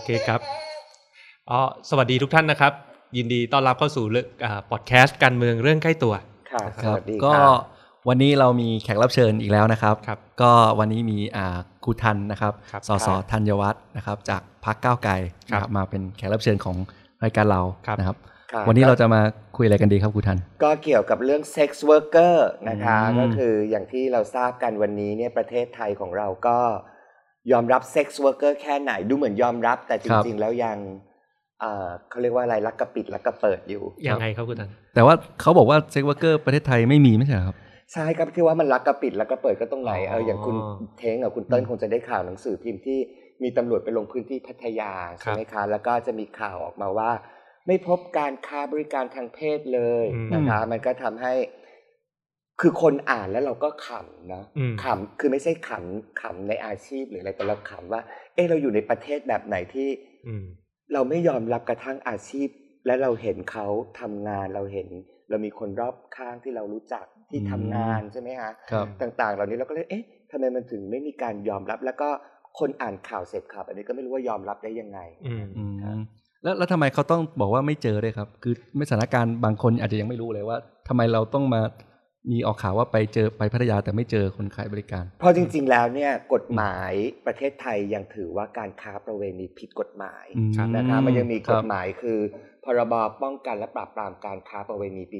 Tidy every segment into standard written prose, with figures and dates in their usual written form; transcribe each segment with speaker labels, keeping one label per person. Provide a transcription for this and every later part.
Speaker 1: เคครับสวัสดีทุกท่านนะครับยินดีต้อนรับเข้าสู่พอดแคสต์การเมืองเรื่องใกล้ตัว
Speaker 2: ครับสวัสดี
Speaker 3: ก็วันนี้เรามีแขกรับเชิญอีกแล้วนะครับ ก็วันนี้มีครูทันนะครับสสธัญวัฒน์นะครับจากพรรคก้าวไกลนะครับมาเป็นแขกรับเชิญของรายการเรานะครับวันนี้เราจะมาคุยอะไรกันดีครับครูทัน
Speaker 2: ก็เกี่ยวกับเรื่อง sex worker นะคะก็คืออย่างที่เราทราบกันวันนี้เนี่ยประเทศไทยของเราก็ยอมรับ sex worker แค่ไหนดูเหมือนยอมรับแต่จริงๆแล้วยังเขาเรียกว่าอะไรลักกระปิดลักกระเปิดอยู่
Speaker 1: ยังไงครับคุณทัน
Speaker 3: แต่ว่าเขาบอกว่า sex worker ประเทศไทยไม่มีไม่ใช่ครับ
Speaker 2: ใช่ครับที่ว่ามันลักกระปิดลักกระเปิดก็ตรงไหนอย่างคุณเท้งกับคุณเติ้ลคงจะได้ข่าวหนังสือพิมพ์ที่มีตำรวจไปลงพื้นที่พัทยาใช่ไหมคะแล้วก็จะมีข่าวออกมาว่าไม่พบการค้าบริการทางเพศเลยนะคะมันก็ทำให้คือคนอ่านแล้วเราก็ขำนะขำคือไม่ใช่ขำในอาชีพหรืออะไรแต่เราขำว่าเราอยู่ในประเทศแบบไหนที่เราไม่ยอมรับกระทั่งอาชีพและเราเห็นเขาทำงานเรามีคนรอบข้างที่เรารู้จักที่ทำงานใช่ไหมฮะต่างๆเหล่านี้เราก็เลยทำไมมันถึงไม่มีการยอมรับแล้วก็คนอ่านข่าวเสพข่าวอันนี้ก็ไม่รู้ว่ายอมรับได้ยังไง
Speaker 3: แล้วทำไมเขาต้องบอกว่าไม่เจอด้วยครับคือสถานการณ์บางคนอาจจะยังไม่รู้เลยว่าทำไมเราต้องมามีออกข่าวว่าไปพัทยาแต่ไม่เจอคนขายบริการ
Speaker 2: เพราะจริงๆแล้วเนี่ยกฎหมายประเทศไทยยังถือว่าการค้าประเวณีผิดกฎหมายนะคะมันยังมีกฎหมายคือพรบป้องกันและปราบปรามการค้าประเวณีปี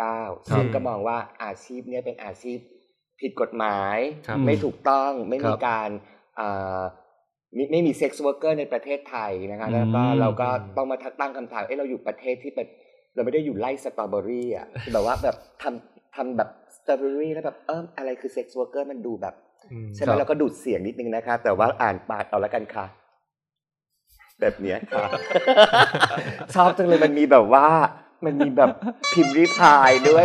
Speaker 2: 39ซึ่งก็มองว่าอาชีพนี้เป็นอาชีพผิดกฎหมายไม่ถูกต้องไม่มีการไม่มีเซ็กซ์เวิร์กเกอร์ในประเทศไทยนะคะแล้วก็เราก็ต้องมาตั้งคำถามเราอยู่ประเทศที่เราไม่ได้อยู่ไร่สตรอเบอรี่อ่ะแบบว่าแบบทำแบบสตรอเบอรี่แล้วแบบอะไรคือเซ็กซ์เวิร์กเกอร์มันดูแบบใช่ไหมเราก็ดูดเสียงนิดนึงนะคะแต่ว่าอ่านปาดเอาละกันค่ะแบบเนี้ยค่ะ ชอบจังเลยมันมีแบบพิมพ์รีพายด้วย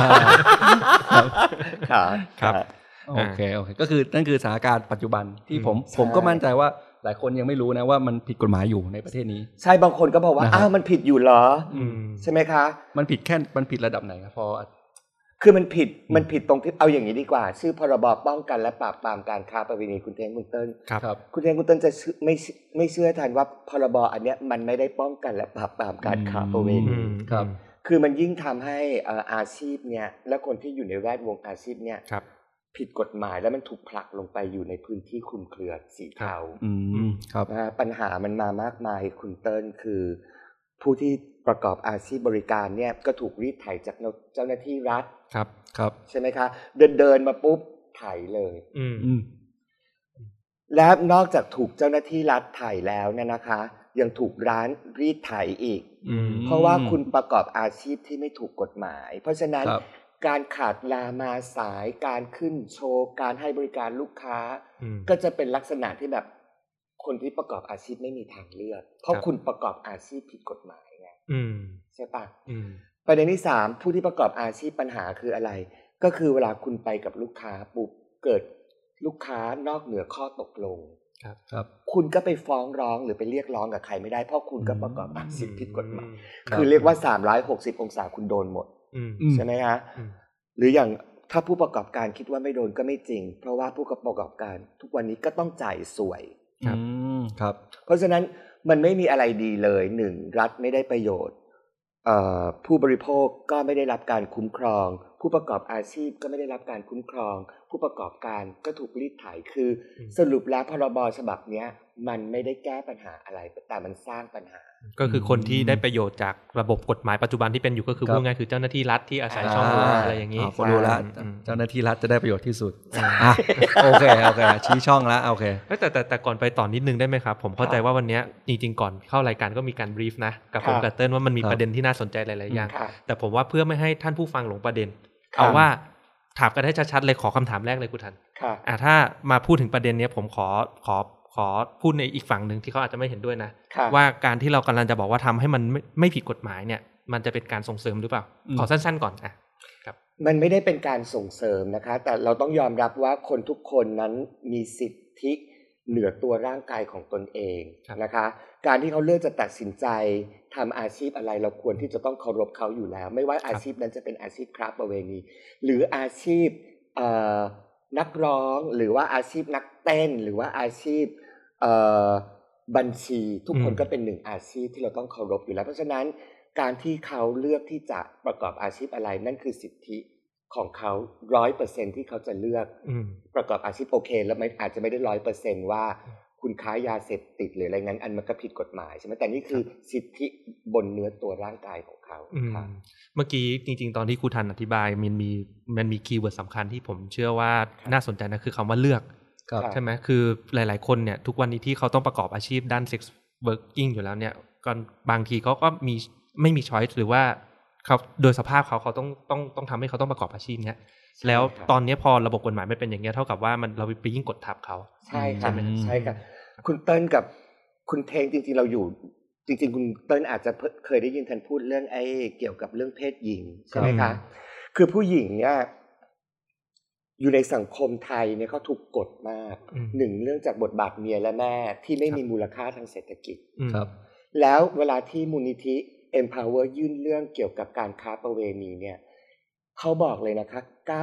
Speaker 2: นะคะ
Speaker 3: ครับโอเคก็คือนั่นคือสถานการณ์ปัจจุบันที่ผมก็มั่นใจว่าหลายคนยังไม่รู้นะว่ามันผิดกฎหมายอยู่ในประเทศนี้
Speaker 2: ใช่บางคนก็บอกว่ามันผิดอยู่เหรอใช่ไหมคะ
Speaker 3: มันผิดระดับไหนครับพอ
Speaker 2: คือมันผิดตรงที่เอาอย่างนี้ดีกว่าชื่อพรบป้องกันและปราบปรามการค้าประเวณีคุณเท้งคุณเติ้ล
Speaker 3: ครับ
Speaker 2: คุณเท้งคุณเติ้ลจะไม่เชื่อทันว่าพรบอันเนี้ยมันไม่ได้ป้องกันและปราบปรามการค้าประเวณี
Speaker 3: ครับ
Speaker 2: คือมันยิ่งทำให้อาชีพเนี้ยและคนที่อยู่ในแวดวงอาชีพเนี้ยผิดกฎหมายแล้วมันถูกผลักลงไปอยู่ในพื้นที่คลุมเครือสีเทาปัญหามันมามากมายคุณเติ้ลคือผู้ที่ประกอบอาชีพบริการเนี่ยก็ถูกรีดไถจากเจ้าหน้าที่รัฐ
Speaker 3: ครับ
Speaker 2: ใช่ไหมคะเดินมาปุ๊บไถเลยและนอกจากถูกเจ้าหน้าที่รัฐไถแล้วเนี่ยนะคะยังถูกร้านรีดไถอีกเพราะว่าคุณประกอบอาชีพที่ไม่ถูกกฎหมายเพราะฉะนั้นการขาดลามาสายการขึ้นโชว์การให้บริการลูกค้าก็จะเป็นลักษณะที่แบบคนที่ประกอบอาชีพไม่มีทางเลือกเพราะคุณประกอบอาชีพผิดกฎหมายไงใช่ปะประเด็นที่3ผู้ที่ประกอบอาชีพปัญหาคืออะไรก็คือเวลาคุณไปกับลูกค้าปุ๊บเกิดลูกค้านอกเหนือข้อตกลง
Speaker 3: ครับ
Speaker 2: คุณก็ไปฟ้องร้องหรือไปเรียกร้องกับใครไม่ได้เพราะคุณก็ประกอบอาชีพผิดกฎหมายคือเรียกว่า360องศาคุณโดนหมดใช่ไหมฮะหรืออย่างถ้าผู้ประกอบการคิดว่าไม่โดนก็ไม่จริงเพราะว่าผู้ประกอบการทุกวันนี้ก็ต้องจ่ายสวย
Speaker 3: ครับ
Speaker 2: เพราะฉะนั้นมันไม่มีอะไรดีเลย1รัฐไม่ได้ประโยชน์ผู้บริโภคก็ไม่ได้รับการคุ้มครองผู้ประกอบอาชีพก็ไม่ได้รับการคุ้มครองผู้ประกอบการก็ถูกรีดไถคือสรุปแล้วพรบฉบับนี้มันไม่ได้แก้ปัญหาอะไรแต่มันสร้างปัญหา
Speaker 1: ก็คือคนที่ได้ประโยชน์จากระบบกฎหมายปัจจุบันที่เป็นอยู่ก็คือพูดง่ายคือเจ้าหน้าที่รัฐที่อาศัยช่องโหว่อะไรอย่างนี้
Speaker 3: ก็รู้แล้วเจ้าหน้าที่รัฐจะได้ประโยชน์ที่สุดโอเคชี้ช่องแล้วโอเค
Speaker 1: แต่ก่อนไปต่อนิดนึงได้ไหมครับผมเข้าใจว่าวันนี้จริงๆก่อนเข้ารายการก็มีการบรีฟนะกับผมกับเติ้ลว่ามันมีประเด็นที่น่าสนใจหลายๆอย่างแต่ผมว่าเพื่อไม่ให้ท่านผู้ฟังหลงประเด็นเอาว่าถามกันให้ชัดๆเลยขอคำถามแรกเลยคุณทันถ้ามาพูดถึงประเด็นนี้ผมขอพูดในอีกฝั่งหนึ่งที่เขาอาจจะไม่เห็นด้วยนะว่าการที่เรากำลังจะบอกว่าทำให้มันไม่ผิดกฎหมายเนี่ยมันจะเป็นการส่งเสริมหรือเปล่าขอสั้นๆก่อนครับ
Speaker 2: มันไม่ได้เป็นการส่งเสริมนะคะแต่เราต้องยอมรับว่าคนทุกคนนั้นมีสิทธิเหนือตัวร่างกายของตนเองนะคะการที่เขาเลือกจะตัดสินใจทำอาชีพอะไรเราควรที่จะต้องเคารพเขาอยู่แล้วไม่ว่าอาชีพนั้นจะเป็นอาชีพค้าประเวณีหรืออาชีพนักร้องหรือว่าอาชีพนักเต้นหรือว่าอาชีพบัญชีทุกคนก็เป็นหนึ่งอาชีพที่เราต้องเคารพอยู่แล้วเพราะฉะนั้นการที่เขาเลือกที่จะประกอบอาชีพอะไรนั่นคือสิทธิของเขา 100% ที่เขาจะเลือกประกอบอาชีพโอเคแล้วไม่อาจจะไม่ได้ 100% ว่าคุณค้ายาเสพติดหรืออะไรงั้นอันมันก็ผิดกฎหมายใช่ไหมแต่นี่คือสิทธิบนเนื้อตัวร่างกายของเขาครับ
Speaker 1: เมื่อกี้จริงๆตอนที่ครูทันอธิบายมันมีคีย์เวิร์ดสำคัญที่ผมเชื่อว่าน่าสนใจนะคือคำว่าเลือกใช่ไหมคือหลายๆคนเนี่ยทุกวันนี้ที่เขาต้องประกอบอาชีพด้านเซ็กซ์เวิร์กิ้งอยู่แล้วเนี่ยก็บางทีเขาก็ไม่มีช้อยส์หรือว่าเขาโดยสภาพเขาต้องทำให้เขาต้องประกอบอาชีพเนี้ยแล้วตอนนี้พอระบบกฎหมายไม่เป็นอย่างเงี้ยเท่ากับว่าเราไปยิ่งกดทับเขา
Speaker 2: ใช่ครับใช่ครับคุณเติ้ลกับคุณเทงจริงๆเราอยู่จริงๆคุณเติ้ลอาจจะเคยได้ยินท่านพูดเรื่องเกี่ยวกับเรื่องเพศหญิงใช่ไหมคะคือผู้หญิงเนี่ยอยู่ในสังคมไทยเนี่ยเขาถูกกดมากหนึ่งเรื่องจากบทบาทเมียและแม่ที่ไม่มีมูลค่าทางเศรษฐกิจ
Speaker 3: ครับ
Speaker 2: แล้วเวลาที่มูลนิธิ Empower ยื่นเรื่องเกี่ยวกับการค้าประเวณีเนี่ยเขาบอกเลยนะคะ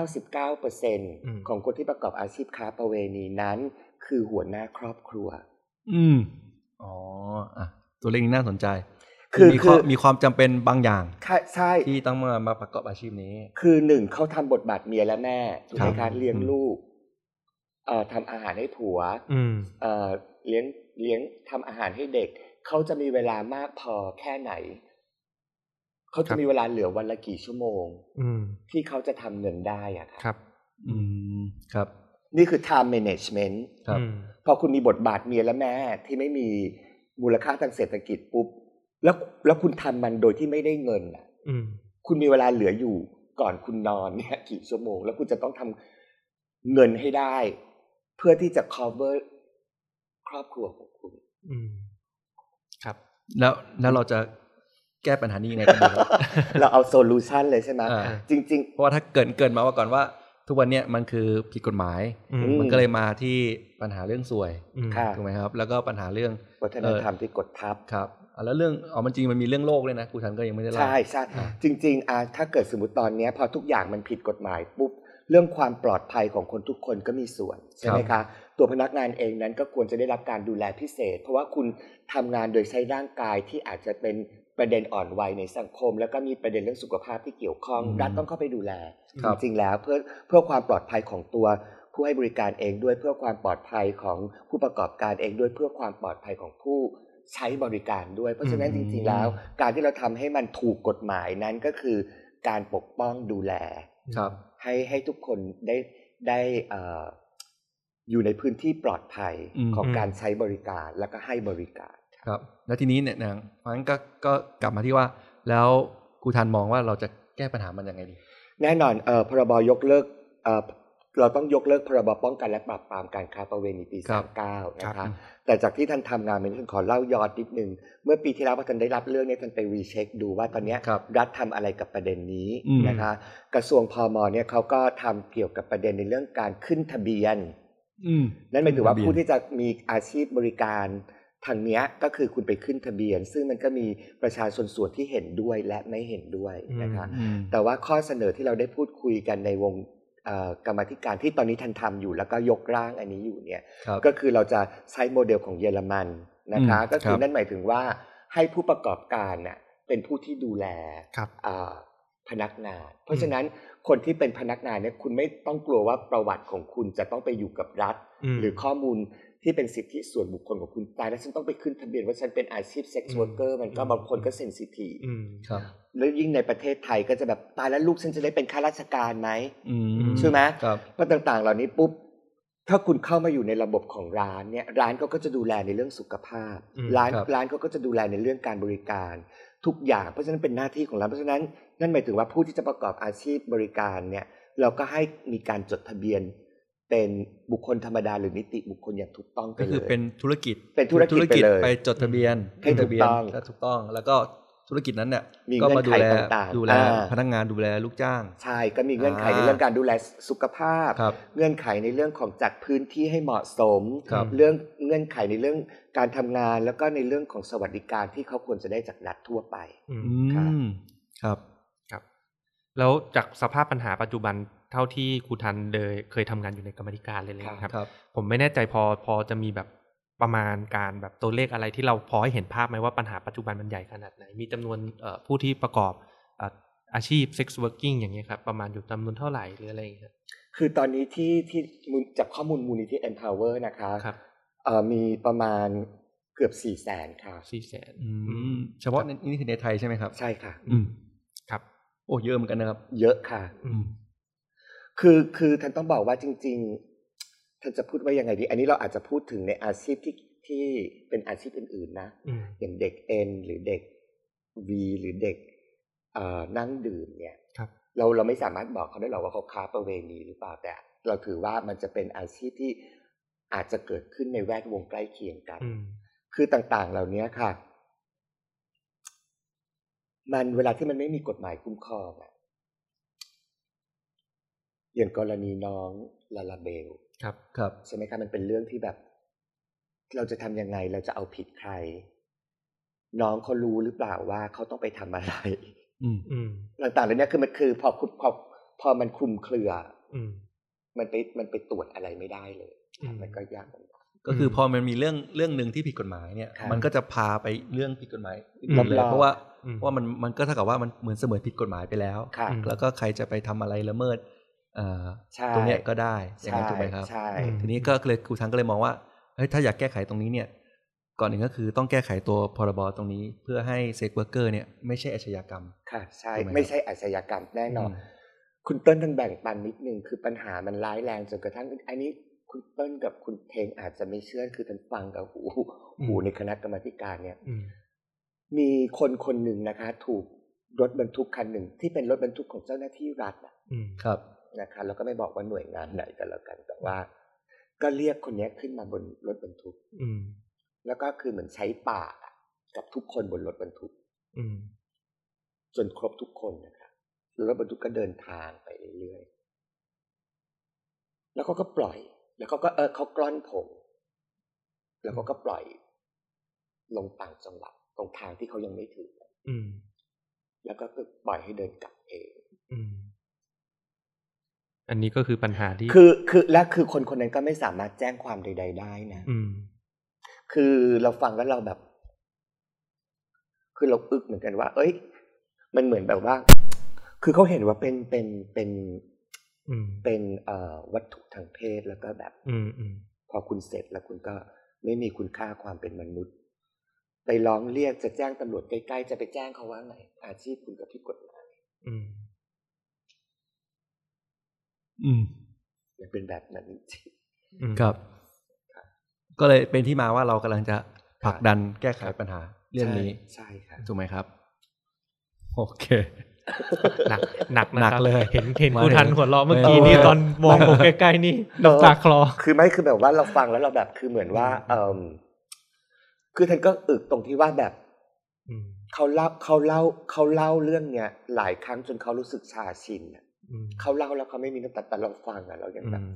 Speaker 2: 99% ของคนที่ประกอบอาชีพค้าประเวณีนั้นคือหัวหน้าครอบครัว
Speaker 3: อ๋อตัวเลขนี้น่าสนใจคือมีความจำเป็นบางอย่าง
Speaker 2: ใช่
Speaker 3: ที่ต้องมาประกอบอาชีพนี้
Speaker 2: คือหนึ่งเขาทำบทบาทเมียและแม่ถูกไหมคะเลี้ยงลูกทำอาหารให้ผัวเลี้ยงทำอาหารให้เด็กเขาจะมีเวลามากพอแค่ไหนเขาจะมีเวลาเหลือวันละกี่ชั่วโมงที่เขาจะทำเงินได้อะ
Speaker 1: ครับ
Speaker 3: ครับ
Speaker 2: นี่คือ time management
Speaker 3: ครับ
Speaker 2: พอคุณมีบทบาทเมียและแม่ที่ไม่มีมูลค่าทางเศรษฐกิจปุ๊บแล้วคุณทำมันโดยที่ไม่ได้เงินคุณมีเวลาเหลืออยู่ก่อนคุณนอนเนี่ยกี่ชั่วโมงแล้วคุณจะต้องทำเงินให้ได้เพื่อที่จะ cover ครอบครัวของคุณ
Speaker 1: ครับ
Speaker 3: แล้วเราจะแก้ปัญหานี้ยังไงกันดี
Speaker 2: เราเอาโซลูชันเลยใช่ไหมจริงๆ
Speaker 3: เพราะว่าถ้าเกินมาว่าก่อนว่าทุกวันนี้มันคือผิดกฎหมายมันก็เลยมาที่ปัญหาเรื่องสวยถูกไหมครับแล้วก็ปัญหาเรื่อง
Speaker 2: วัฒนธรรมที่กดทับ
Speaker 3: ครับแล้วเรื่องมันจริงมันมีเรื่องโลกเลยนะครูทันก็ยังไม่ได้เล่า
Speaker 2: ใช่จริงๆถ้าเกิดสมมติตอนนี้พอทุกอย่างมันผิดกฎหมายปุ๊บเรื่องความปลอดภัยของคนทุกคนก็มีส่วนใช่ไหมคะตัวพนักงานเองนั้นก็ควรจะได้รับการดูแลพิเศษเพราะว่าคุณทำงานโดยใช้ร่างกายที่อาจจะเป็นประเด็นอ่อนวัยในสังคมแล้วก็มีประเด็นเรื่องสุขภาพที่เกี่ยวข้องรัฐต้องเข้าไปดูแลจริงๆแล้วเพื่อความปลอดภัยของตัวผู้ให้บริการเองด้วยเพื่อความปลอดภัยของผู้ประกอบการเองด้วยเพื่อความปลอดภัยของผู้ใช้บริการด้วยเพราะฉะนั้นจริงๆแล้วการที่เราทำให้มันถูกกฎหมายนั้นก็คือการปกป้องดูแลให้ทุกคนได้อยู่ในพื้นที่ปลอดภัยของการใช้บริการแล้วก็ให้บริการ
Speaker 3: ครับแล้วทีนี้เนี่ยนะเพราะฉะนั้นก็กลับมาที่ว่าแล้วครูทันมองว่าเราจะแก้ปัญหามันยังไงดี
Speaker 2: แน่นอนพรบยกเลิกเราต้องยกเลิกพรบป้องกันและปราบปรามการค้าประเวณีปี39นะคะแต่จากที่ท่านทำงานเป็นท่านขอเล่าย้อนนิดนึงเมื่อปีที่แล้วพอท่านได้รับเรื่องนี้ท่านไปรีเช็คดูว่าตอนนี้รัฐทำอะไรกับประเด็นนี้นะคะกระทรวงพมเนี่ยเขาก็ทำเกี่ยวกับประเด็นในเรื่องการขึ้นทะเบียนนั่นหมายถึงว่าผู้ที่จะมีอาชีพบริการทางนี้ก็คือคุณไปขึ้นทะเบียนซึ่งมันก็มีประชาชนส่วนที่เห็นด้วยและไม่เห็นด้วยนะคะแต่ว่าข้อเสนอที่เราได้พูดคุยกันในวงกรรมาธิการที่ตอนนี้ท่านทำอยู่แล้วก็ยกร่างอันนี้อยู่เนี่ยก็คือเราจะใช้โมเดลของเยอรมันนะคะก็คือนั่นหมายถึงว่าให้ผู้ประกอบการน่ะเป็นผู้ที่ดูแลพนักงานเพราะฉะนั้นคนที่เป็นพนักงานเนี่ยคุณไม่ต้องกลัวว่าประวัติของคุณจะต้องไปอยู่กับรัฐหรือข้อมูลที่เป็นสิทธิส่วนบุคคลของคุณตายแล้วฉันต้องไปขึ้นทะเบียนว่าฉันเป็นอาชีพเซ็กซ์เวิร์กเกอร์มันก็บางคนก็เซนซิทีฟแล้วยิ่งในประเทศไทยก็จะแบบตายแล้วลูกฉันจะได้เป็นข้าราชการไหมใช่ไหมเพราะต่างๆเหล่านี้ปุ๊บถ้าคุณเข้ามาอยู่ในระบบของร้านเนี่ยร้านเขาก็จะดูแลในเรื่องสุขภาพร้านเขาก็จะดูแลในเรื่องการบริการทุกอย่างเพราะฉะนั้นเป็นหน้าที่ของร้านเพราะฉะนั้นนั่นหมายถึงว่าผู้ที่จะประกอบอาชีพบริการเนี่ยเราก็ให้มีการจดทะเบียนเป็นบุคคลธรรมดาหรือนิติบุคคลอย่างถูกต้องไปเลย
Speaker 3: ก็คือเป็นธุรกิจ
Speaker 2: ไป
Speaker 3: จดทะเบียน
Speaker 2: ให้ถูกต้อง
Speaker 3: แล้วก็ธุรกิจนั้นเนี่ยก็มาดูแลพนักงานดูแลลูกจ้าง
Speaker 2: ใช่ก็มีเงื่อนไขในเรื่องการดูแลสุขภาพเงื่อนไขในเรื่องของจัดพื้นที่ให้เหมาะสมเรื่องเงื่อนไขในเรื่องการทำงานแล้วก็ในเรื่องของสวัสดิการที่เขาควรจะได้จากรัฐทั่วไป
Speaker 3: ครับ
Speaker 1: แล้วจากสภาพปัญหาปัจจุบันเท่าที่ครูทันเคยทำงานอยู่ในกรรมาธิการเลยครับผมไม่แน่ใจพอจะมีแบบประมาณการแบบตัวเลขอะไรที่เราพอให้เห็นภาพไหมว่าปัญหาปัจจุบันมันใหญ่ขนาดไหนมีจำนวนผู้ที่ประกอบอาชีพ sex working อย่างเงี้ยครับประมาณอยู่จำนวนเท่าไหร่หรืออะไรอย่างเงี้ย
Speaker 2: คือตอนนี้ที่จากข้อมูลมูลนิธิ Empower นะคะมีประมาณเกือบ 400,000 ค่ะ
Speaker 3: 400,000 เฉพาะนี่คือในไทยใช่ไหมครับ
Speaker 2: ใช่ค่ะ
Speaker 1: ครับ
Speaker 3: โอ้เยอะเหมือนกันนะครับ
Speaker 2: เยอะค่ะคือท่านต้องบอกว่าจริงๆท่านจะพูดว่ายังไงดีอันนี้เราอาจจะพูดถึงในอาชีพที่เป็นอาชีพอื่นๆนะอย่างเด็ก N หรือเด็ก V หรือเด็กนั่งดื่มเนี่ยเราไม่สามารถบอกเขาได้หรอกว่าเขาค้าประเวณีหรือเปล่าแต่เราถือว่ามันจะเป็นอาชีพที่อาจจะเกิดขึ้นในแวดวงใกล้เคียงกันคือต่างๆเหล่านี้ค่ะมันเวลาที่มันไม่มีกฎหมายคุ้มครองอย่างกรณีน้องลาลาเบล
Speaker 3: ครับ
Speaker 2: ใช่ไหมคะมันเป็นเรื่องที่แบบเราจะทำยังไงเราจะเอาผิดใครน้องเขารู้หรือเปล่าว่าเขาต้องไปทำอะไรต่างๆเหล่านี้คือมันคือพอมันคลุมเครือมันไปตรวจอะไรไม่ได้เลยมันก็ยาก
Speaker 3: ก็คือพอมันมีเรื่องนึงที่ผิดกฎหมายเนี่ยมันก็จะพาไปเรื่องผิดกฎหมายเลยเพราะว่ามันก็เท่ากับว่ามันเหมือนเสมือนผิดกฎหมายไปแล้วแล้วก็ใครจะไปทำอะไรละเมิดตรงเนี้ยก็ได้อย่างนั้นถูกไหมครับทีนี้ก็เลยครูทั้งก็เลยมองว่าถ้าอยากแก้ไขตรงนี้เนี่ยก่อนหนึ่งก็คือต้องแก้ไขตัวพรบตรงนี้เพื่อให้เซ็กเวิร์กเกอร์เนี่ยไม่ใช่อาชญากรรม
Speaker 2: ค่ะใช่ไม่ใช่อาชญากรรมแน่นอนคุณเติ้ลท่านแบ่งปันนิดนึงคือปัญหามันร้ายแรงจนกระทั่งอันนี้คุณเติ้ลกับคุณเทงอาจจะไม่เชื่อคือท่านฟังกับหูในคณะกรรมการเนี่ยมีคนหนึ่งนะคะถูกรถบรรทุกคันหนึ่งที่เป็นรถบรรทุกของเจ้าหน้าที่รัฐ
Speaker 3: ครับ
Speaker 2: นะคะแล้วก็ไม่บอกว่าหน่วยงานไหนกันแล้วกันแต่ว่าก็เรียกคนนี้ขึ้นมาบนรถบรรทุกแล้วก็คือเหมือนใช้ปากกับทุกคนบนรถบรรทุกจนครบทุกคนนะคะรถบรรทุกก็เดินทางไปเรื่อยๆแล้วก็ปล่อยแล้วเขากล้อนผมแล้วก็ปล่อยลงต่างจังหวัดตรงทางที่เขายังไม่ถึงแล้วก็ปล่อยให้เดินกลับเอง
Speaker 1: อันนี้ก็คือปัญหาที่
Speaker 2: และคือคนนั้นก็ไม่สามารถแจ้งความใดๆได้นะคือเราฟังแล้วเราแบบคือเราอึกเหมือนกันว่าเอ้ยมันเหมือนแบบว่าคือเขาเห็นว่าเป็นวัตถุทางเพศแล้วก็แบบพอคุณเสร็จแล้วคุณก็ไม่มีคุณค่าความเป็นมนุษย์ไปร้องเรียกจะแจ้งตำรวจใกล้ๆจะไปแจ้งเขาว่าไงอาชีพคุณกับผิดกฎหมายมันเป็นแบบนั้นจริง
Speaker 3: ครับก็เลยเป็นที่มาว่าเรากำลังจะผลักดันแก้ไขปัญหาเรื่องนี้
Speaker 2: ใช่ครับ
Speaker 3: ถูกไหมครับโอเค
Speaker 1: หนักเลยเห็นครูทันหัวเราะเมื่อกี้นี่ตอนมองผมใกล้ๆนี่น้ำตาคลอ
Speaker 2: คือไม่คือแบบว่าเราฟังแล้วเราแบบคือเหมือนว่าคือท่านก็อึกตรงที่ว่าแบบเขาเล่าเรื่องเนี้ยหลายครั้งจนเขารู้สึกชาชินเขาเล่าแล้วเขาไม่มีน้ำตาแต่เราฟังเราอย่างแบบ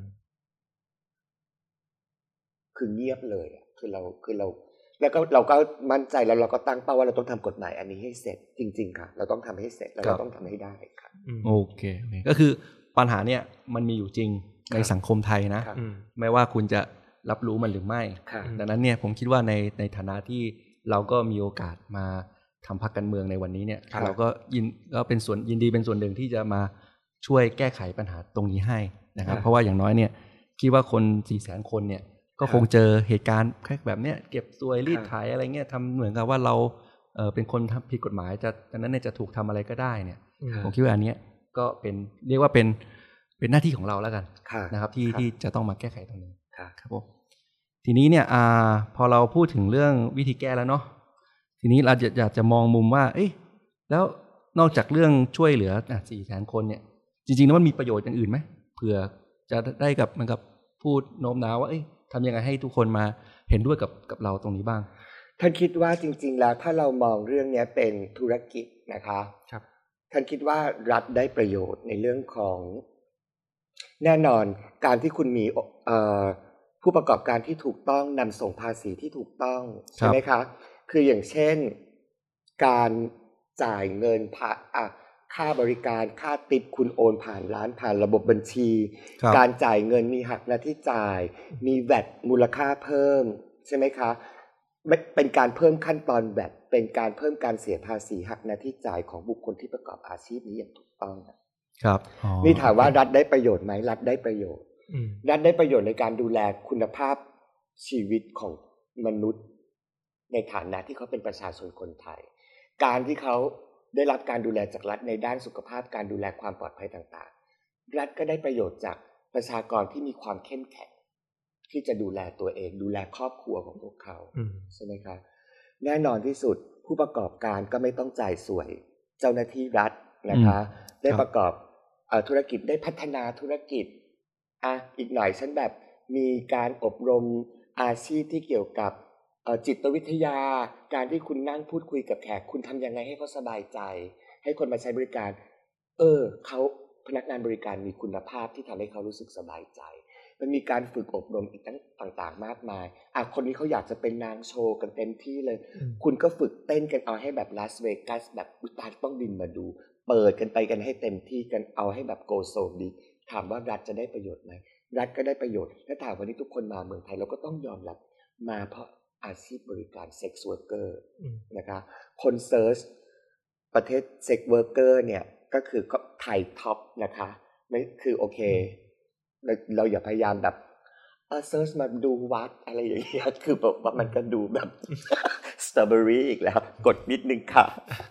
Speaker 2: คือเงียบเลยคือเราแล้วก็เราก็มั่นใจแล้วเราก็ตั้งเป้าว่าเราต้องทำกฎหมายอันนี้ให้เสร็จจริงๆค่ะเราต้องทำให้เสร็จแล้วเราต้องทำให้ได้ค่ะ
Speaker 3: โอเคก็คือปัญหาเนี่ยมันมีอยู่จริงในสังคมไทยนะไม่ว่าคุณจะรับรู้มันหรือไม่ดังนั้นเนี่ยผมคิดว่าในฐานะที่เราก็มีโอกาสมาทำพรรคการเมืองในวันนี้เนี่ยเราก็เป็นส่วนยินดีเป็นส่วนหนึ่งที่จะมาช่วยแก้ไขปัญหาตรงนี้ให้นะครับเพราะว่าอย่างน้อยเนี่ยคิดว่าคน 400,000 คนเนี่ยก็คงเจอเหตุการณ์แค่แบบเนี้ยเก็บซวยรีดไถอะไรเงี้ยทำเหมือนกับว่าเราเป็นคนทำผิดกฎหมายดังนั้นเนี่ยจะถูกทำอะไรก็ได้เนี่ยผมคิดว่าอันเนี้ยก็เป็นเรียกว่าเป็นหน้าที่ของเราแล้วกันนะครับที่จะต้องมาแก้ไขตรงนี้ครับผมทีนี้เนี่ยพอเราพูดถึงเรื่องวิธีแก้แล้วเนาะทีนี้เราอยากจะมองมุมว่าแล้วนอกจากเรื่องช่วยเหลือ400,000 คนเนี่ยจริงๆแล้วมันมีประโยชน์อย่างอื่นไหมเผื่อจะได้กับมันกับพูดโน้มน้าวว่าทำยังไงให้ทุกคนมาเห็นด้วยกับเราตรงนี้บ้าง
Speaker 2: ท่านคิดว่าจริงๆแล้วถ้าเรามองเรื่องนี้เป็นธุรกิจนะคะ
Speaker 1: ครับ
Speaker 2: ท่านคิดว่ารัฐได้ประโยชน์ในเรื่องของแน่นอนการที่คุณมีผู้ประกอบการที่ถูกต้องนำส่งภาษีที่ถูกต้องใช่ไหมคะคืออย่างเช่นการจ่ายเงินค่าบริการค่าติปคุณโอนผ่านร้านผ่านระบบบัญชีการจ่ายเงินมีหักหน้าที่จ่ายมีแวตมูลค่าเพิ่มใช่ไหมคะเป็นการเพิ่มขั้นตอนแบบเป็นการเพิ่มการเสียภาษีหักหน้าที่จ่ายของบุคคลที่ประกอบอาชีพนี้อย่างถูกต้อง
Speaker 3: ครับ
Speaker 2: นี่ถามว่ารัฐได้ประโยชน์ไหมรัฐได้ประโยชน์รัฐได้ประโยชน์ในการดูแลคุณภาพชีวิตของมนุษย์ในฐานะที่เขาเป็นประชาชนคนไทยการที่เขาได้รับการดูแลจากรัฐในด้านสุขภาพการดูแลความปลอดภัยต่างๆรัฐก็ได้ประโยชน์จากประชากรที่มีความเข้มแข็งที่จะดูแลตัวเองดูแลครอบครัวของพวกเขาใช่ไหมคะแน่นอนที่สุดผู้ประกอบการก็ไม่ต้องจ่ายสวยเจ้าหน้าที่รัฐนะคะได้ประกอบธุรกิจได้พัฒนาธุรกิจอีกหน่อยฉันแบบมีการอบรมอาชีพที่เกี่ยวกับจิตวิทยาการที่คุณนั่งพูดคุยกับแขกคุณทำยังไงให้เขาสบายใจให้คนมาใช้บริการเขาพนักงานบริการมีคุณภาพที่ทำให้เขารู้สึกสบายใจมันมีการฝึกอบรมอีกต่างๆมากมายคนนี้เขาอยากจะเป็นนางโชว์กันเต็มที่เลยคุณก็ฝึกเต้นกันเอาให้แบบลาสเวกัสแบบอุตาต้องบินมาดูเปิดกันไปกันให้เต็มที่กันเอาให้แบบโกโซดีถามว่ารัฐจะได้ประโยชน์ไหมรัฐก็ได้ประโยชน์ถ้าถามวันนี้ทุกคนมาเมืองไทยเราก็ต้องยอมรับมาเพราะอาชีพบริการเซ็กซ์เวิร์กเกอร์นะคะคนเซิร์ชประเทศเซ็กซ์เวิร์กเกอร์เนี่ยก็คือไทยท็อปนะคะไม่คือโอเคเราอย่าพยายามแบบเซิร์ชมาดูวัดอะไรอย่างเงี้ยคือแบบว่ามันก็ดูแบบสตรอเบอรี่อีกแล้วกดนิดนึงค่ะ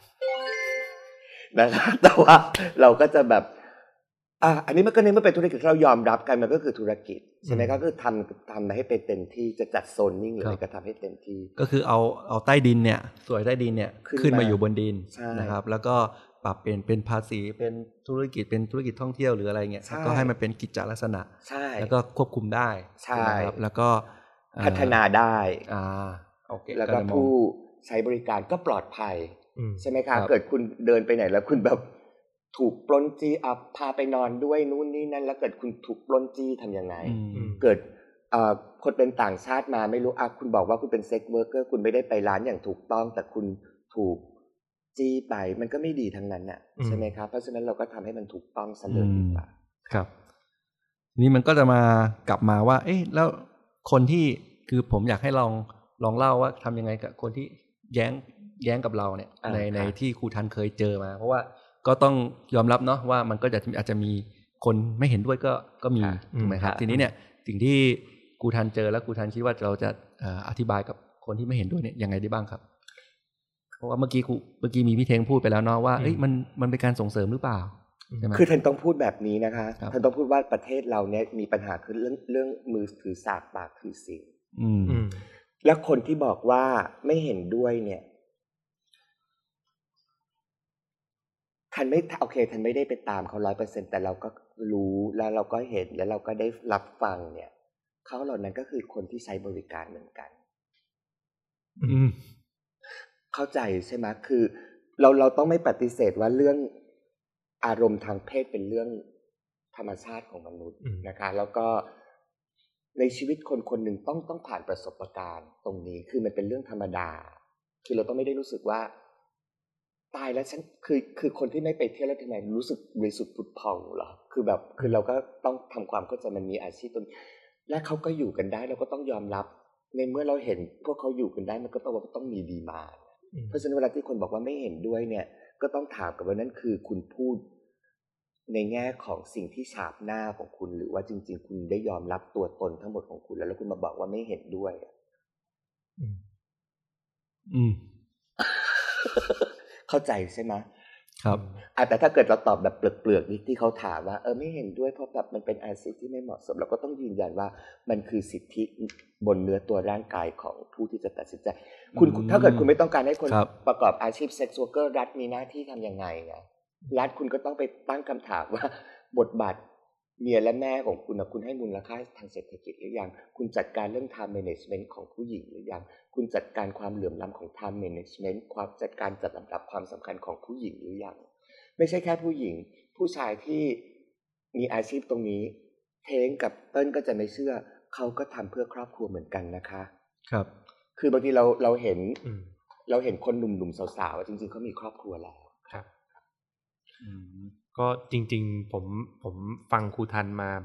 Speaker 2: นะคะแต่ว่าเราก็จะแบบอันนี้มันก็เนี่ยเมื่อเป็นธุรกิจที่เรายอมรับกันมันก็คือธุรกิจใช่ไหมก็คือทำให้เป็นเต็มที่จะจัดโซนนิ่งหรืออะไรก็ทำให้เต็มที่
Speaker 3: ก็คือเอาใต้ดินเนี่ยสวยใต้ดินเนี่ยขึ้นมาอยู่บนดินนะครับแล้วก็ปรับเป็นภาษีเป็นธุรกิจท่องเที่ยวหรืออะไรเงี้ยก็ให้มันเป็นกิจลักษณะแล้วก็ควบคุมได้นะครับแล้วก็
Speaker 2: พัฒนาได้
Speaker 3: โอเค
Speaker 2: แล้วก็ผู้ใช้บริการก็ปลอดภัยใช่ไหมคะเกิดคุณเดินไปไหนแล้วคุณแบบถูกปล้นจี้พาไปนอนด้วยนู่นนี่นั่นแล้วเกิดคุณถูกปล้นจี้ทำยังไงเกิดคนเป็นต่างชาติมาไม่รู้คุณบอกว่าคุณเป็นเซ็กซ์เวิร์กเกอร์คุณไม่ได้ไปร้านอย่างถูกต้องแต่คุณถูกจี้ไปมันก็ไม่ดีทั้งนั้นน่ะใช่ไหมครับเพราะฉะนั้นเราก็ทำให้มันถูกต้องเสมอดีกว่า
Speaker 3: ครับนี่มันก็จะมากลับมาว่าแล้วคนที่คือผมอยากให้ลองเล่าว่าทำยังไงกับคนที่แย้งกับเราเนี่ยในที่ครูทันเคยเจอมาเพราะว่าก็ต้องยอมรับเนาะว่ามันก็อาจจะมีคนไม่เห็นด้วยก็มีถูกไหมครับทีนี้เนี่ยสิ่งที่ครูทันเจอแล้วครูทันคิดว่าเราจะอธิบายกับคนที่ไม่เห็นด้วยเนี่ยยังไงได้บ้างครับเพราะว่าเมื่อกี้มีพี่เทงพูดไปแล้วเนาะว่ามันเป็นการส่งเสริมหรือเปล่าใช่ไหม
Speaker 2: คือท่านต้องพูดแบบนี้นะคะท่านต้องพูดว่าประเทศเราเนี่ยมีปัญหาคือเรื่องมือถือสากปากถือศีลและคนที่บอกว่าไม่เห็นด้วยเนี่ยท่านไม่โอเคท่านไม่ได้ไปตามเขา 100% แต่เราก็รู้แล้วเราก็เห็นแล้วเราก็ได้รับฟังเนี่ยเขาเหล่านั้นก็คือคนที่ใช้บริการเหมือนกันเข้าใจใช่ไหมคือเราต้องไม่ปฏิเสธว่าเรื่องอารมณ์ทางเพศเป็นเรื่องธรรมชาติของมนุษย์นะคะแล้วก็ในชีวิตคนหนึ่งต้องผ่านประสบการณ์ตรงนี้คือมันเป็นเรื่องธรรมดาคือเราต้องไม่ได้รู้สึกว่าตายแล้วฉันคือคนที่ไม่ไปเที่ยวแล้วทำไมรู้สึกบริสุทธิ์ผุดผ่องเหรอคือแบบคือเราก็ต้องทำความเข้าใจมันมีอาชีพตรงและเขาก็อยู่กันได้เราก็ต้องยอมรับในเมื่อเราเห็นพวกเขาอยู่กันได้มันก็ต้องมีดีมาเพราะฉะนั้นเวลาที่คนบอกว่าไม่เห็นด้วยเนี่ยก็ต้องถามกับว่านั่นคือคุณพูดในแง่ของสิ่งที่ฉาบหน้าของคุณหรือว่าจริงๆคุณได้ยอมรับตัวตนทั้งหมดของคุณแล้วคุณมาบอกว่าไม่เห็นด้วยเข้าใจใช่ไหม
Speaker 3: ครับ
Speaker 2: แต่ถ้าเกิดเราตอบแบบเปลือกๆที่เขาถามว่าไม่เห็นด้วยเพราะแบบมันเป็นอาชีพที่ไม่เหมาะสมเราก็ต้องยืนยันว่ามันคือสิทธิบนเนื้อตัวร่างกายของผู้ที่จะตัดสินใจคุณถ้าเกิดคุณไม่ต้องการให้คนประกอบอาชีพเซ็กซ์เวิร์กเกอร์รัฐมีหน้าที่ทำยังไงไงรัฐคุณก็ต้องไปตั้งคำถามว่าบทบาทเมียและแม่ของคุณคุณให้มูลค่าทางเศรษฐกิจหรือยังคุณจัดการเรื่อง time management ของผู้หญิงหรือยังคุณจัดการความเหลื่อมล้ำของ time management ความจัดการจัดลำดับความสำคัญของผู้หญิงหรือยังไม่ใช่แค่ผู้หญิงผู้ชายที่มีอาชีพตรงนี้เท้งกับเติ้ลก็จะไม่เชื่อเขาก็ทำเพื่อครอบครัวเหมือนกันนะคะ
Speaker 3: ครับ
Speaker 2: คือบางทีเราเห็นคนหนุ่มๆสาวๆจริงๆเขามีครอบครัวแล้ว
Speaker 1: ครับก็จริงๆผมฟังครูทันมาแบบ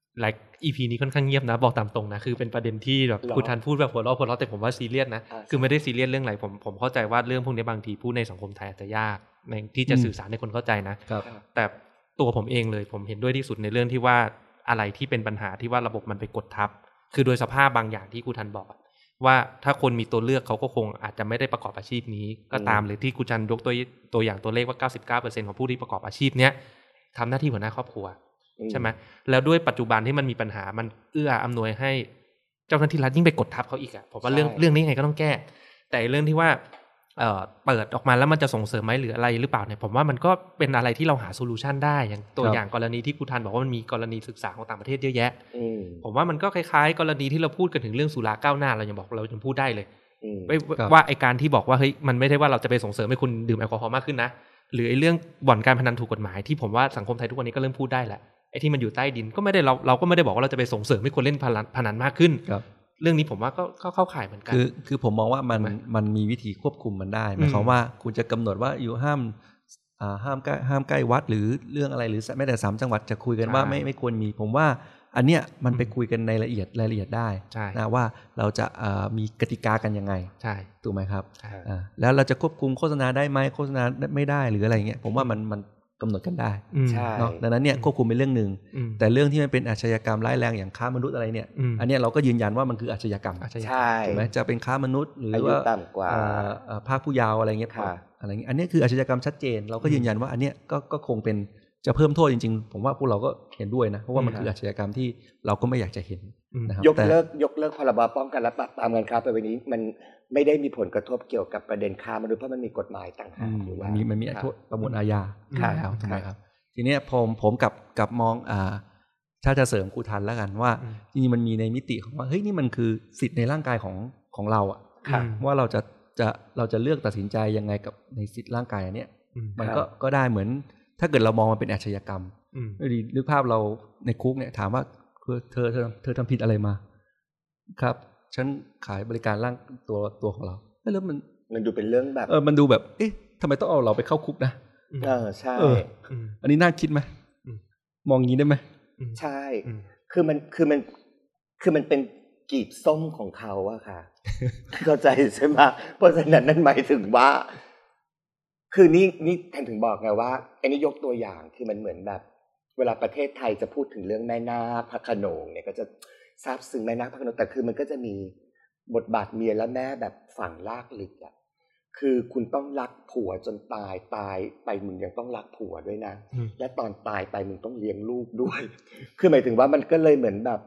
Speaker 1: ไลค์ EP นี้ค่อนข้างเงียบนะบอกตามตรงนะคือเป็นประเด็นที่แบบคุณทันพูดแบบหัวเราะแต่ผมว่าซีเรียสนะคือไม่ได้ซีเรียสเรื่องอะไรผมเข้าใจว่าเรื่องพวกนี้บางทีพูดในสังคมไทยอาจจะยากในที่จะสื่อสารให้คนเข้าใจนะแต่ตัวผมเองเลยผมเห็นด้วยที่สุดในเรื่องที่ว่าอะไรที่เป็นปัญหาที่ว่าระบบมันไปกดทับคือโดยสภาพบางอย่างที่ครูทันบอกว่าถ้าคนมีตัวเลือกเขาก็คงอาจจะไม่ได้ประกอบอาชีพนี้ก็ตามหรือที่ครูทันยกตัวอย่างตัวเลขว่า 99% ของผู้ที่ประกอบอาชีพเนี้ยทำหน้าที่หัวหน้าครอบครัวใช่ไหมแล้วด้วยปัจจุบันที่มันมีปัญหามันเอื้ออำนวยให้เจ้าหน้าที่รัฐยิ่งไปกดทับเขาอีกอ่ะผมว่าเรื่องนี้ไงก็ต้องแก้แต่เรื่องที่ว่าเปิดออกมาแล้วมันจะส่งเสริมไหมหรืออะไรหรือเปล่าเนี่ยผมว่ามันก็เป็นอะไรที่เราหาโซลูชันได้อย่างตัวอย่างกรณีที่ครูทันบอกว่ามันมีกรณีศึกษาของต่างประเทศเยอะแยะผมว่ามันก็คล้ายๆกรณีที่เราพูดกันถึงเรื่องสุราก้าวหน้าเรายังพูดได้เลยว่าไอการที่บอกว่าเฮ้ยมันไม่ได้ว่าเราจะไปส่งเสริมให้คุณดื่มแอลกอฮอล์มากขึ้นนะหรือไอเรื่องบ่อนการพนันถูกกฎหมายที่ผมว่าสังคมไทยทุกวันนี้ก็เริ่มพูดได้แหละไอ้ที่มันอยู่ใต้ดินก็ไม่ได้เราก็ไม่ได้บอกว่าเราจะไปส่งเสริมให้คนเล่นพนันมากขึ้นเรื่องนี้ผมว่าก็เข้าข่ายเหมือนกัน
Speaker 3: คือผมมองว่ามันมีวิธีควบคุมมันได้หมายความว่าคุณจะกำหนดว่าอยู่ห้ามใกล้วัดหรือเรื่องอะไรหรือแม้แต่3จังหวัดจะคุยกันว่าไม่ควรมีผมว่าอันเนี้ยมันไปคุยกันในรายละเอียดได้นะว่าเราจะมีกติกากันยังไงถูกไหมครับแล้วเราจะควบคุมโฆษณาได้ไหมโฆษณาไม่ได้หรืออะไรเงี้ยผมว่ามันกำหนดกันได้เนาะดังนั้นเนี่ยควบคุมเป็นเรื่องนึงแต่เรื่องที่มันเป็นอาชญากรรมร้ายแรงอย่างค้ามนุษย์อะไรเนี่ยอันนี้เราก็ยืนยันว่ามันคืออาชญากรรมถูกไหมจะเป็นค้ามนุษย์หรือว่าภาคผู้เยาว์อะไรเงี้ยอะไรเงี้ยอันนี้คืออาชญากรรมชัดเจนเราก็ยืนยันว่าอันเนี้ยก็คงเป็นจะเพิ่มโทษจริงๆผมว่าพวกเราก็เห็นด้วยนะเพราะว่ามันคืออาชญากรรมที่เราก็ไม่อยากจะเห็นนะครับ
Speaker 2: ยกเลิกพรบป้องกันและปราบปรามการค้าประเวณีมันไม่ได้มีผลกระทบเกี่ยวกับประเด็นค้ามนุษย์เพราะมันมีกฎหมายต่างหากอยู่แล้ว
Speaker 3: มันมีโทษประมวลอาญาแล้วใช่ไหมครับทีนี้ผมกับมองถ้าจะเสริมครูทันแล้วกันว่าจริงๆมันมีในมิติของว่าเฮ้ยนี่มันคือสิทธิ์ในร่างกายของเราอ่ะว่าเราจะเลือกตัดสินใจยังไงกับในสิทธิ์ร่างกายอันเนี้ยมันก็ได้เหมือนถ้าเกิดเรามองมันเป็นอาชญากรรมนึกภาพเราในคุกเนี่ยถามว่าเธอทำผิดอะไรมาครับฉันขายบริการร่างตัวของเราแล้ว
Speaker 2: มันดูเป็นเรื่องแบบ
Speaker 3: มันดูแบบเอ๊ะทำไมต้องเอาเราไปเข้าคุกนะ
Speaker 2: ใช่
Speaker 3: อันนี้น่าคิดไหมมองงี้ได้ไหม
Speaker 2: ใช่คือมันเป็นกีบส้มของเขาอะค่ะเข้าใจใช่ไหมเพราะฉะนั้นนั่นหมายถึงว่าคือนี่แทนถึงบอกไงว่าอันนี้ยกตัวอย่างคือมันเหมือนแบบเวลาประเทศไทยจะพูดถึงเรื่องแม่นาคพระโขนงเนี่ยก็จะซาบซึ้งแม่นาคพระโขนงแต่คือมันก็จะมีบทบาทเมียและแม่แบบฝังลากลึกอะคือคุณต้องรักผัวจนตายไปมึงยังต้องรักผัวด้วยนะและตอนตายไปมึงต้องเลี้ยงลูกด้วยคือหมายถึงว่ามันก็เลยเหมือนแบบ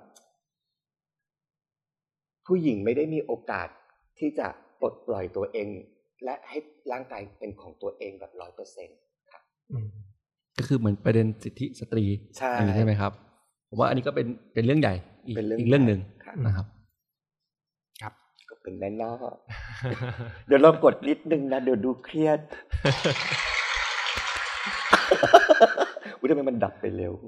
Speaker 2: ผู้หญิงไม่ได้มีโอกาสที่จะปลดปล่อยตัวเองและให้ร่างกายเป็นของตัวเองแบบ 100% ครับ
Speaker 3: ก็คือเหมือนประเด็นสิทธิสตรีอย่างนี้ใช่ไหมครับผมว่าอันนี้ก็เป็นเรื่องใหญ่อีกเรื่องนึงนะครับ
Speaker 2: ครับก็เป็นแน่นอนเดี๋ยวเรากดนิดนึงนะเดี๋ยวดูเครียดอุ๊ยทำไมมันดับไปเร็ว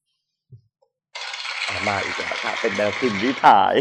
Speaker 2: มาอีกแล้วค่ะเป็นแนวพิมพ์วิถ่าย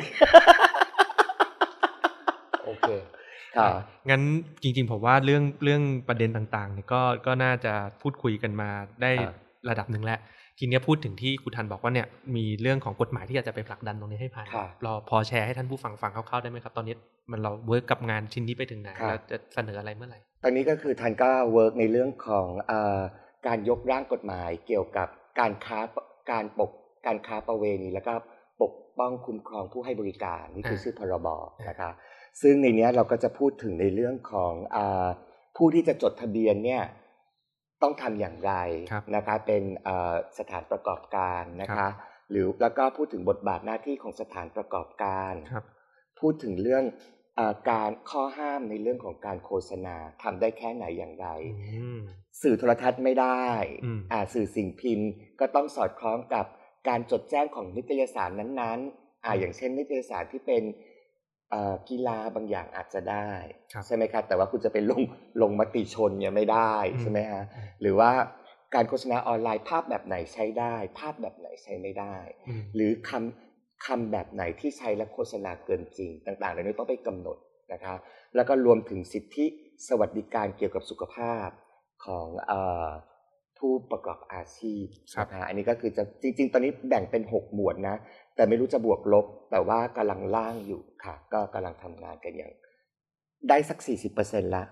Speaker 2: โอเค
Speaker 1: งั้นจริงๆผมว่าเรื่องประเด็นต่างๆเนี่ยก็น่าจะพูดคุยกันมาได้ระดับหนึ่งแล้วทีนี้พูดถึงที่ครูทันบอกว่าเนี่ยมีเรื่องของกฎหมายที่อาจจะไปผลักดันตรงนี้ให้ผ่านเราพอแชร์ให้ท่านผู้ฟังคร่าวๆได้ไหมครับตอนนี้เราเวิร์กกับงานชิ้นนี้ไปถึงไหนเราจะเสนออะไรเมื่อไหร่
Speaker 2: ตอนนี้ก็คือทันก็เวิร์กในเรื่องของการยกร่างกฎหมายเกี่ยวกับการค้าประเวณีแล้วก็ปกป้องคุ้มครองผู้ให้บริการนี่คือชื่อพรบนะคะซึ่งในนี้เราก็จะพูดถึงในเรื่องของผู้ที่จะจดทะเบียนเนี่ยต้องทำอย่างไรนะคะเป็นสถานประกอบการนะคะหรือแล้วก็พูดถึงบทบาทหน้าที่ของสถานประกอบการพูดถึงเรื่องการข้อห้ามในเรื่องของการโฆษณาทำได้แค่ไหนอย่างไรสื่อโทรทัศน์ไม่ได้สื่อสิ่งพิมพ์ก็ต้องสอดคล้องกับการจดแจ้งของนิตยสารนั้นๆอย่างเช่นนิตยสารที่เป็นกีฬาบางอย่างอาจจะได้ใช่ไหมครับแต่ว่าคุณจะไปลงมติชนเนี่ยไม่ได้ใช่ไหมฮะหรือว่าการโฆษณาออนไลน์ภาพแบบไหนใช้ได้ภาพแบบไหนใช้ไม่ได้หรือคำแบบไหนที่ใช้และโฆษณาเกินจริงต่างๆเหล่านี้ต้องไปกำหนดนะครับแล้วก็รวมถึงสิทธิสวัสดิการเกี่ยวกับสุขภาพของผู้ประกอบอาชีพอันนี้ก็คือจะจริงๆตอนนี้แบ่งเป็น6หมวดนะแต่ไม่รู้จะบวกลบแต่ว่ากำลังล่างอยู่ค่ะก็กำลังทำงานกันอย่างได้สัก 40% ละ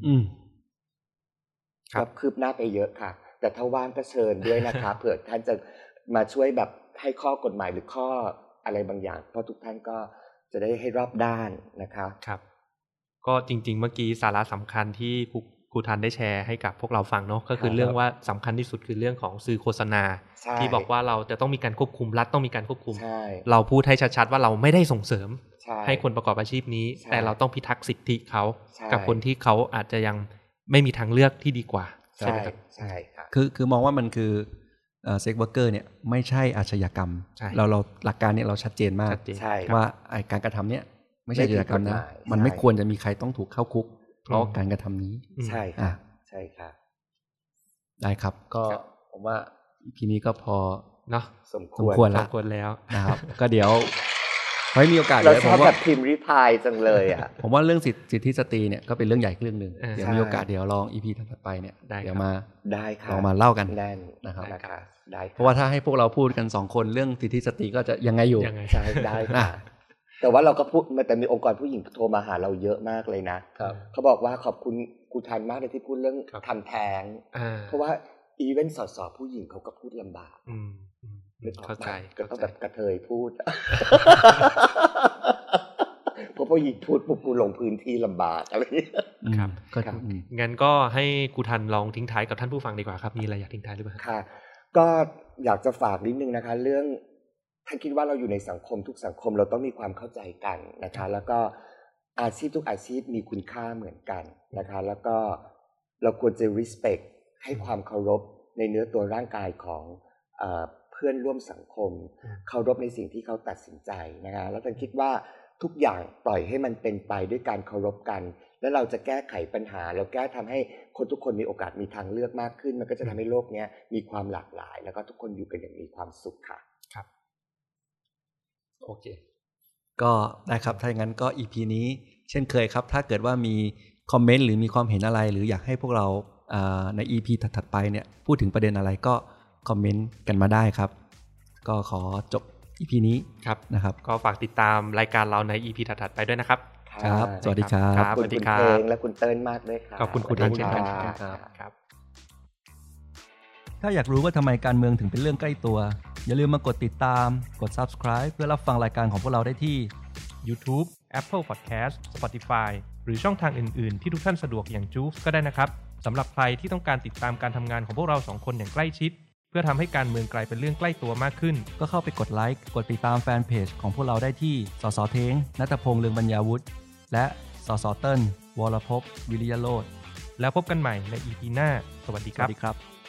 Speaker 2: ก็คืบหน้าไปเยอะค่ะแต่ถ้าว่างก็เชิญด้วยนะคะ เผื่อท่านจะมาช่วยแบบให้ข้อกฎหมายหรือข้ออะไรบางอย่างเพราะทุกท่านก็จะได้ให้รอบด้านนะคะ
Speaker 1: ครับก็จริงๆเมื่อกี้สาระสำคัญที่ครูทันได้แชร์ให้กับพวกเราฟังเนาะก็คือเรื่องว่าสำคัญที่สุดคือเรื่องของสื่อโฆษณาที่บอกว่าเราจะต้องมีการควบคุมรัฐต้องมีการควบคุมเราพูดให้ชัดๆว่าเราไม่ได้ส่งเสริมให้คนประกอบอาชีพนี้แต่เราต้องพิทักษ์สิทธิเขากับคนที่เขาอาจจะยังไม่มีทางเลือกที่ดีกว่าใช่ไหมครับ
Speaker 2: ใช่ครับ
Speaker 3: คือมองว่ามันคือเซ็กเวิร์กเกอร์เนี่ยไม่ใช่อาชญากรรมเราหลักการเนี่ยเราชัดเจนมากว่าการกระทำเนี่ยไม่ใช่อาชญากรรมนะมันไม่ควรจะมีใครต้องถูกเข้าคุกเพราะการกระทำนี้
Speaker 2: ใช่ครับใช่ครับ
Speaker 3: ได้ครับก็ผมว่าทีนี้ก็พอ
Speaker 1: เนาะ
Speaker 3: สมควร
Speaker 1: แล้ว
Speaker 3: นะครับก็เดี๋ยวไว้มีโอกาส
Speaker 2: เราชอบแบบพิมพ์รีพายจังเลยอ่ะ
Speaker 3: ผมว่าเรื่องสิทธิสตรีเนี่ยก็เป็นเรื่องใหญ่เรื่องนึงเดี๋ยวมีโอกาสเดี๋ยวลอง EP ถัดไปเนี่ยเดี๋ยวมา
Speaker 2: ได้ครับ
Speaker 3: ลองมาเล่ากัน
Speaker 2: นะครับ
Speaker 3: ได้เพราะว่าถ้าให้พวกเราพูดกัน2คนเรื่องสิทธิสตรีก็จะยังไงอยู่
Speaker 2: ใช่ได้ค่ะแต่ว่าเราก็พูดแต่มีองค์กรผู้หญิงโทรมาหาเราเยอะมากเลยนะเขาบอกว่าขอบคุณครูทันมากเลยที่พูดเรื่องทำแท้งเพราะว่าอีเวนต์สอผู้หญิงเขาก็พูดลำบาก
Speaker 1: เข้าใจ
Speaker 2: ก็ต้องแบบกระเทยพูดเพราะผู้หญิงพูดปุ๊บกูลงพื้นที่ลำบากอะไร
Speaker 1: ครับงั้นก็ให้ครูทันลองทิ้งท้ายกับท่านผู้ฟังดีกว่าครับมีอะไรอยากทิ้งท้ายหรือเปล่า
Speaker 2: ค่ะก็อยากจะฝากนิดนึงนะคะเรื่องท่านคิดว่าเราอยู่ในสังคมทุกสังคมเราต้องมีความเข้าใจกันนะคะแล้วก็อาชีพทุกอาชีพมีคุณค่าเหมือนกันนะคะแล้วก็เราควรจะ respect ให้ความเคารพในเนื้อตัวร่างกายของเพื่อนร่วมสังคมเคารพในสิ่งที่เขาตัดสินใจนะคะแล้วท่านคิดว่าทุกอย่างปล่อยให้มันเป็นไปด้วยการเคารพกันแล้วเราจะแก้ไขปัญหาเราแก้ทำให้คนทุกคนมีโอกาสมีทางเลือกมากขึ้นมันก็จะทำให้โลกนี้มีความหลากหลายแล้วก็ทุกคนอยู่กันอย่างมีความสุขค่ะ
Speaker 1: ครับโอเค
Speaker 3: ก็ได้ครับถ้าอย่างนั้นก็ EP นี้เช่นเคยครับถ้าเกิดว่ามีคอมเมนต์หรือมีความเห็นอะไรหรืออยากให้พวกเราใน EP ถัดๆไปเนี่ยพูดถึงประเด็นอะไรก็คอมเมนต์กันมาได้ครับก็ขอจบ EP นี้
Speaker 1: ครับ
Speaker 3: นะครับ
Speaker 1: ก็ฝากติดตามรายการเราใน EP ถัดๆไปด้วยนะครับ
Speaker 3: ครับสวัสดีครับ
Speaker 2: ขอบคุณคุณเพลงและคุณเติ้ลมากด้วยครับ
Speaker 1: ขอบคุณคุณท่านเช่นกัน
Speaker 3: ครับถ้าอยากรู้ว่าทำไมการเมืองถึงเป็นเรื่องใกล้ตัวอย่าลืมมากดติดตามกด Subscribe เพื่อรับฟังรายการของพวกเราได้ที่
Speaker 1: YouTube Apple Podcast Spotify หรือช่องทางอื่นๆที่ทุกท่านสะดวกอย่างจู๊ฟก็ได้นะครับสำหรับใครที่ต้องการติดตามการทำงานของพวกเรา2คนอย่างใกล้ชิดเพื่อทำให้การเมืองกลายเป็นเรื่องใกล้ตัวมากขึ้นก็เข้าไปกดไลค์กดติดตามแฟนเพจของพวกเราได้ที่สสเท้งณัฐพงษ์เลืองบรรยาวุฒิและสสเติ้ลวรภพวิริยโรจน์แล้วพบกันใหม่ใน EP หน้าสวัสดีครับ